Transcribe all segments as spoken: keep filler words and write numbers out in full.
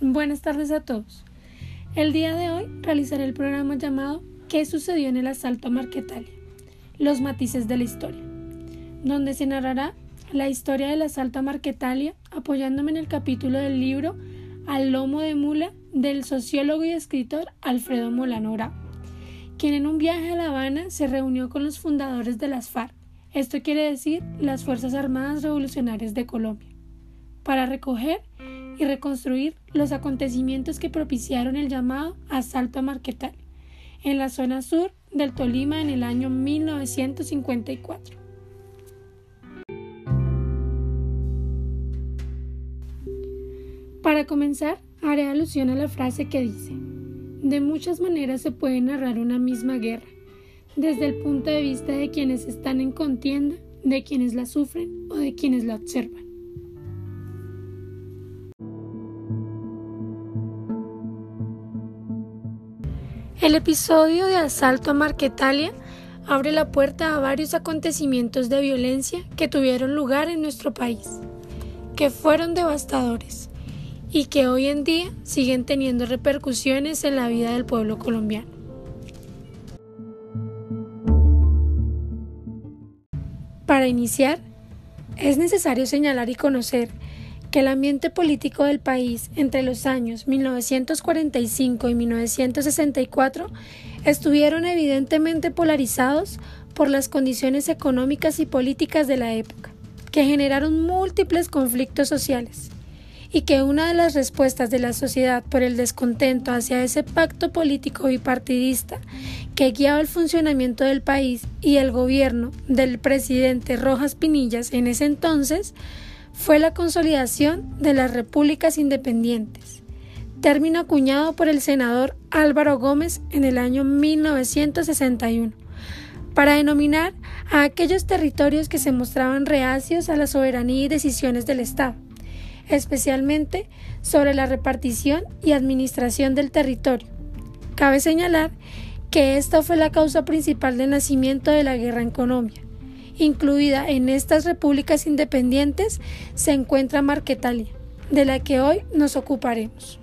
Buenas tardes a todos. El día de hoy realizaré el programa llamado ¿Qué sucedió en el asalto a Marquetalia? Los matices de la historia, donde se narrará la historia del asalto a Marquetalia apoyándome en el capítulo del libro Al lomo de mula del sociólogo y escritor Alfredo Molano Bravo, quien en un viaje a La Habana se reunió con los fundadores de las FARC, esto quiere decir las Fuerzas Armadas Revolucionarias de Colombia, para recoger y reconstruir los acontecimientos que propiciaron el llamado asalto a Marquetalia, en la zona sur del Tolima en el año mil novecientos cincuenta y cuatro. Para comenzar, haré alusión a la frase que dice: de muchas maneras se puede narrar una misma guerra, desde el punto de vista de quienes están en contienda, de quienes la sufren o de quienes la observan. El episodio de asalto a Marquetalia abre la puerta a varios acontecimientos de violencia que tuvieron lugar en nuestro país, que fueron devastadores y que hoy en día siguen teniendo repercusiones en la vida del pueblo colombiano. Para iniciar, es necesario señalar y conocer que el ambiente político del país entre los años mil novecientos cuarenta y cinco y mil novecientos sesenta y cuatro estuvieron evidentemente polarizados por las condiciones económicas y políticas de la época, que generaron múltiples conflictos sociales, y que una de las respuestas de la sociedad por el descontento hacia ese pacto político bipartidista que guiaba el funcionamiento del país y el gobierno del presidente Rojas Pinillas en ese entonces fue la consolidación de las repúblicas independientes, término acuñado por el senador Álvaro Gómez en el año mil novecientos sesenta y uno, para denominar a aquellos territorios que se mostraban reacios a la soberanía y decisiones del Estado, especialmente sobre la repartición y administración del territorio. Cabe señalar que esta fue la causa principal del nacimiento de la guerra en Colombia. Incluida en estas repúblicas independientes se encuentra Marquetalia, de la que hoy nos ocuparemos.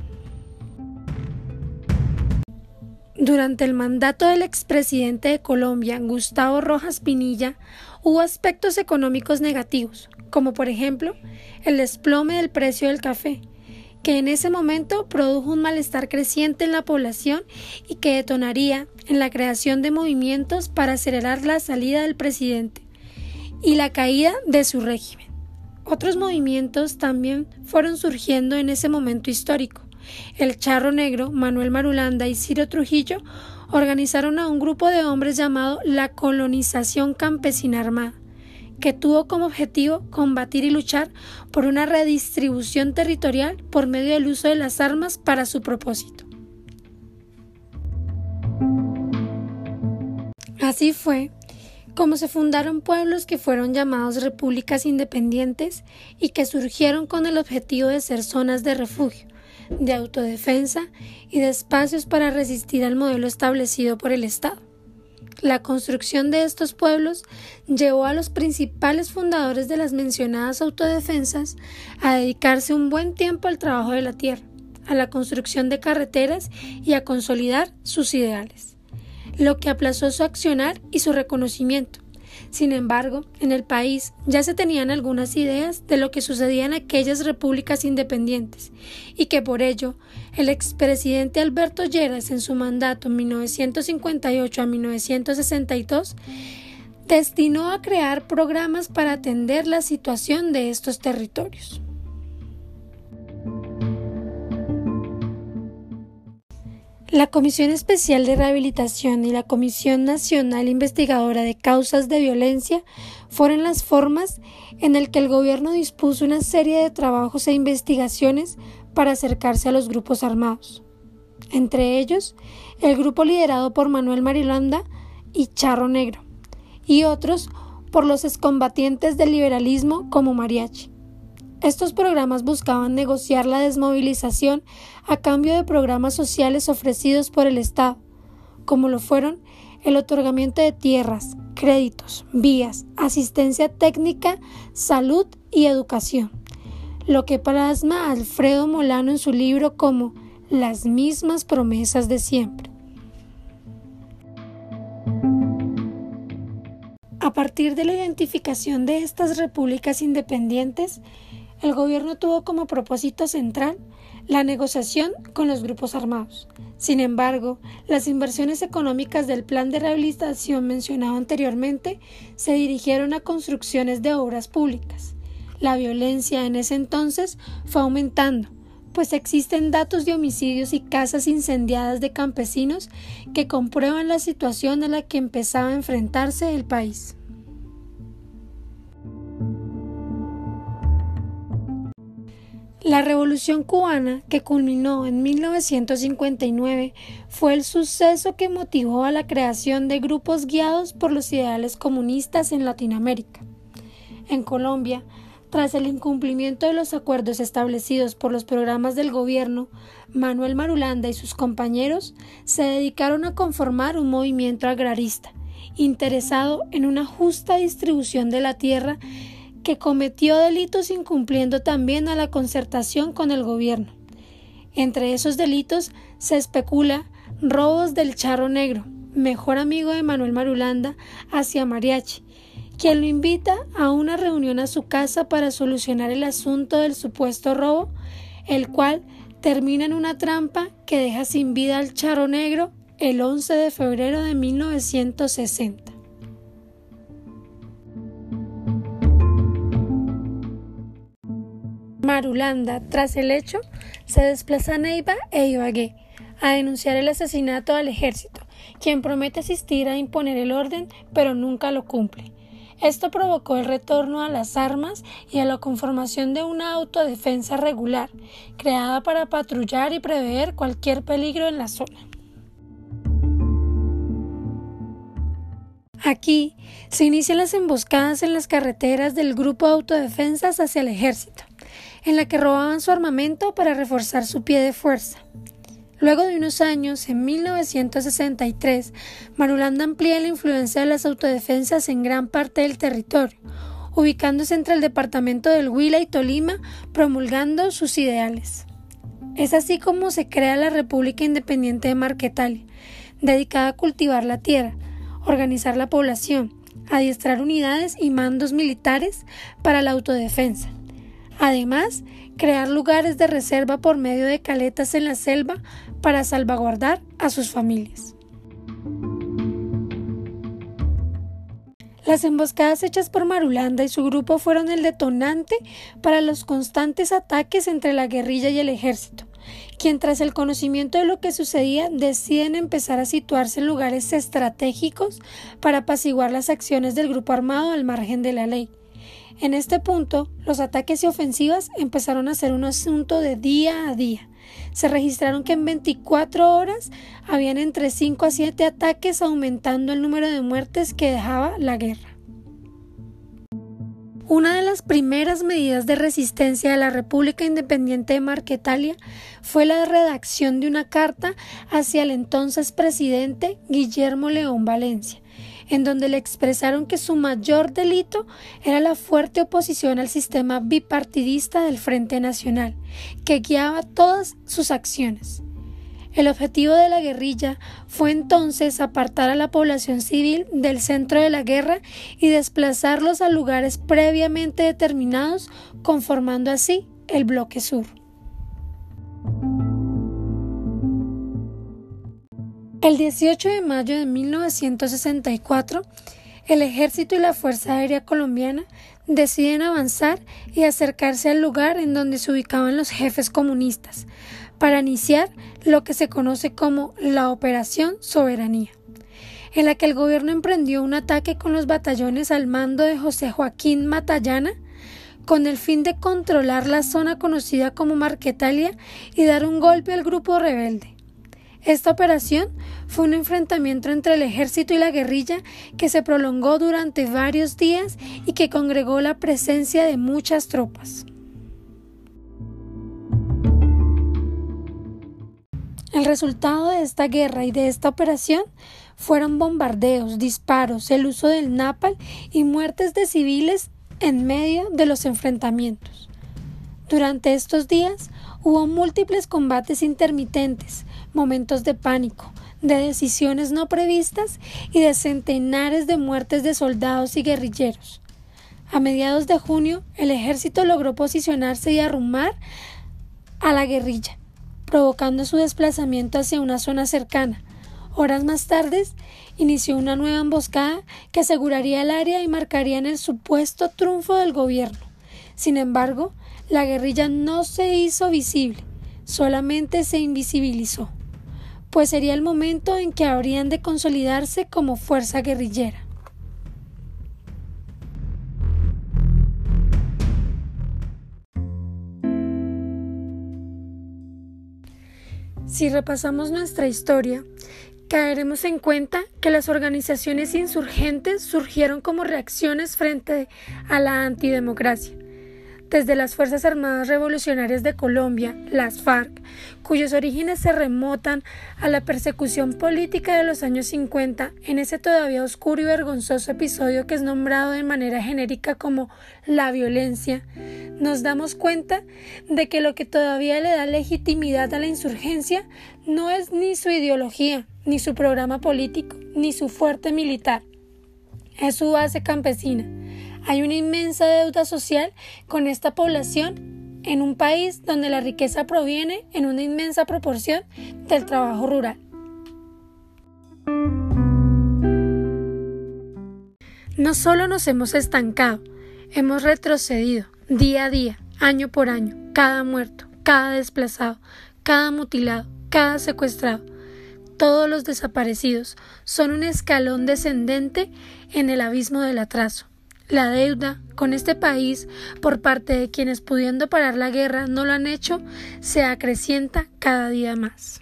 Durante el mandato del expresidente de Colombia, Gustavo Rojas Pinilla, hubo aspectos económicos negativos, como por ejemplo el desplome del precio del café, que en ese momento produjo un malestar creciente en la población y que detonaría en la creación de movimientos para acelerar la salida del presidente y la caída de su régimen. Otros movimientos también fueron surgiendo en ese momento histórico. El Charro Negro, Manuel Marulanda y Ciro Trujillo organizaron a un grupo de hombres llamado la Colonización Campesina Armada, que tuvo como objetivo combatir y luchar por una redistribución territorial por medio del uso de las armas para su propósito. Así fue como se fundaron pueblos que fueron llamados repúblicas independientes y que surgieron con el objetivo de ser zonas de refugio, de autodefensa y de espacios para resistir al modelo establecido por el Estado. La construcción de estos pueblos llevó a los principales fundadores de las mencionadas autodefensas a dedicarse un buen tiempo al trabajo de la tierra, a la construcción de carreteras y a consolidar sus ideales, lo que aplazó su accionar y su reconocimiento. Sin embargo, en el país ya se tenían algunas ideas de lo que sucedía en aquellas repúblicas independientes y que por ello el expresidente Alberto Lleras en su mandato mil novecientos cincuenta y ocho a mil novecientos sesenta y dos destinó a crear programas para atender la situación de estos territorios. La Comisión Especial de Rehabilitación y la Comisión Nacional Investigadora de Causas de Violencia fueron las formas en las que el gobierno dispuso una serie de trabajos e investigaciones para acercarse a los grupos armados. Entre ellos, el grupo liderado por Manuel Marulanda y Charro Negro, y otros por los excombatientes del liberalismo como Mariachi. Estos programas buscaban negociar la desmovilización a cambio de programas sociales ofrecidos por el Estado, como lo fueron el otorgamiento de tierras, créditos, vías, asistencia técnica, salud y educación, lo que plasma Alfredo Molano en su libro como Las mismas promesas de siempre. A partir de la identificación de estas repúblicas independientes, el gobierno tuvo como propósito central la negociación con los grupos armados. Sin embargo, las inversiones económicas del plan de rehabilitación mencionado anteriormente se dirigieron a construcciones de obras públicas. La violencia en ese entonces fue aumentando, pues existen datos de homicidios y casas incendiadas de campesinos que comprueban la situación a la que empezaba a enfrentarse el país. La Revolución cubana, que culminó en mil novecientos cincuenta y nueve, fue el suceso que motivó a la creación de grupos guiados por los ideales comunistas en Latinoamérica. En Colombia, tras el incumplimiento de los acuerdos establecidos por los programas del gobierno, Manuel Marulanda y sus compañeros se dedicaron a conformar un movimiento agrarista, interesado en una justa distribución de la tierra, que cometió delitos incumpliendo también a la concertación con el gobierno. Entre esos delitos se especula robos del Charro Negro, mejor amigo de Manuel Marulanda, hacia Mariachi, quien lo invita a una reunión a su casa para solucionar el asunto del supuesto robo, el cual termina en una trampa que deja sin vida al Charro Negro el once de febrero de mil novecientos sesenta. Marulanda, tras el hecho, se desplaza a Neiva e Ibagué a denunciar el asesinato al ejército, quien promete asistir a imponer el orden, pero nunca lo cumple. Esto provocó el retorno a las armas y a la conformación de una autodefensa regular, creada para patrullar y prever cualquier peligro en la zona. Aquí se inician las emboscadas en las carreteras del grupo de autodefensas hacia el ejército, en la que robaban su armamento para reforzar su pie de fuerza. Luego de unos años, en mil novecientos sesenta y tres, Marulanda amplía la influencia de las autodefensas en gran parte del territorio, ubicándose entre el departamento del Huila y Tolima, promulgando sus ideales. Es así como se crea la República Independiente de Marquetalia, dedicada a cultivar la tierra, organizar la población, adiestrar unidades y mandos militares para la autodefensa. Además, crear lugares de reserva por medio de caletas en la selva para salvaguardar a sus familias. Las emboscadas hechas por Marulanda y su grupo fueron el detonante para los constantes ataques entre la guerrilla y el ejército, quien tras el conocimiento de lo que sucedía deciden empezar a situarse en lugares estratégicos para apaciguar las acciones del grupo armado al margen de la ley. En este punto, los ataques y ofensivas empezaron a ser un asunto de día a día. Se registraron que en veinticuatro horas habían entre cinco a siete ataques, aumentando el número de muertes que dejaba la guerra. Una de las primeras medidas de resistencia de la República Independiente de Marquetalia fue la redacción de una carta hacia el entonces presidente Guillermo León Valencia, en donde le expresaron que su mayor delito era la fuerte oposición al sistema bipartidista del Frente Nacional, que guiaba todas sus acciones. El objetivo de la guerrilla fue entonces apartar a la población civil del centro de la guerra y desplazarlos a lugares previamente determinados, conformando así el Bloque Sur. El dieciocho de mayo de mil novecientos sesenta y cuatro, el Ejército y la Fuerza Aérea Colombiana deciden avanzar y acercarse al lugar en donde se ubicaban los jefes comunistas, para iniciar lo que se conoce como la Operación Soberanía, en la que el gobierno emprendió un ataque con los batallones al mando de José Joaquín Matallana, con el fin de controlar la zona conocida como Marquetalia y dar un golpe al grupo rebelde. Esta operación fue un enfrentamiento entre el ejército y la guerrilla que se prolongó durante varios días y que congregó la presencia de muchas tropas. El resultado de esta guerra y de esta operación fueron bombardeos, disparos, el uso del napalm y muertes de civiles en medio de los enfrentamientos. Durante estos días hubo múltiples combates intermitentes, momentos de pánico, de decisiones no previstas y de centenares de muertes de soldados y guerrilleros. A mediados de junio, el ejército logró posicionarse y arrumar a la guerrilla, provocando su desplazamiento hacia una zona cercana. Horas más tarde, inició una nueva emboscada que aseguraría el área y marcaría el supuesto triunfo del gobierno. Sin embargo, la guerrilla no se hizo visible, solamente se invisibilizó, pues sería el momento en que habrían de consolidarse como fuerza guerrillera. Si repasamos nuestra historia, caeremos en cuenta que las organizaciones insurgentes surgieron como reacciones frente a la antidemocracia. Desde las Fuerzas Armadas Revolucionarias de Colombia, las FARC, cuyos orígenes se remontan a la persecución política de los años cincuenta, en ese todavía oscuro y vergonzoso episodio que es nombrado de manera genérica como la violencia, nos damos cuenta de que lo que todavía le da legitimidad a la insurgencia no es ni su ideología, ni su programa político, ni su fuerte militar, es su base campesina. Hay una inmensa deuda social con esta población en un país donde la riqueza proviene en una inmensa proporción del trabajo rural. No solo nos hemos estancado, hemos retrocedido día a día, año por año, cada muerto, cada desplazado, cada mutilado, cada secuestrado. Todos los desaparecidos son un escalón descendente en el abismo del atraso. La deuda con este país por parte de quienes pudiendo parar la guerra no lo han hecho se acrecienta cada día más.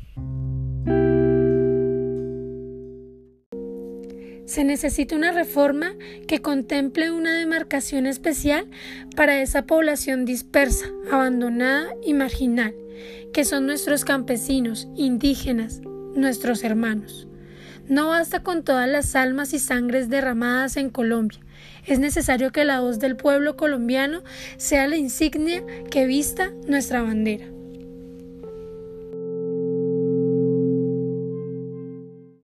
Se necesita una reforma que contemple una demarcación especial para esa población dispersa, abandonada y marginal, que son nuestros campesinos, indígenas, nuestros hermanos. No basta con todas las almas y sangres derramadas en Colombia. Es necesario que la voz del pueblo colombiano sea la insignia que vista nuestra bandera.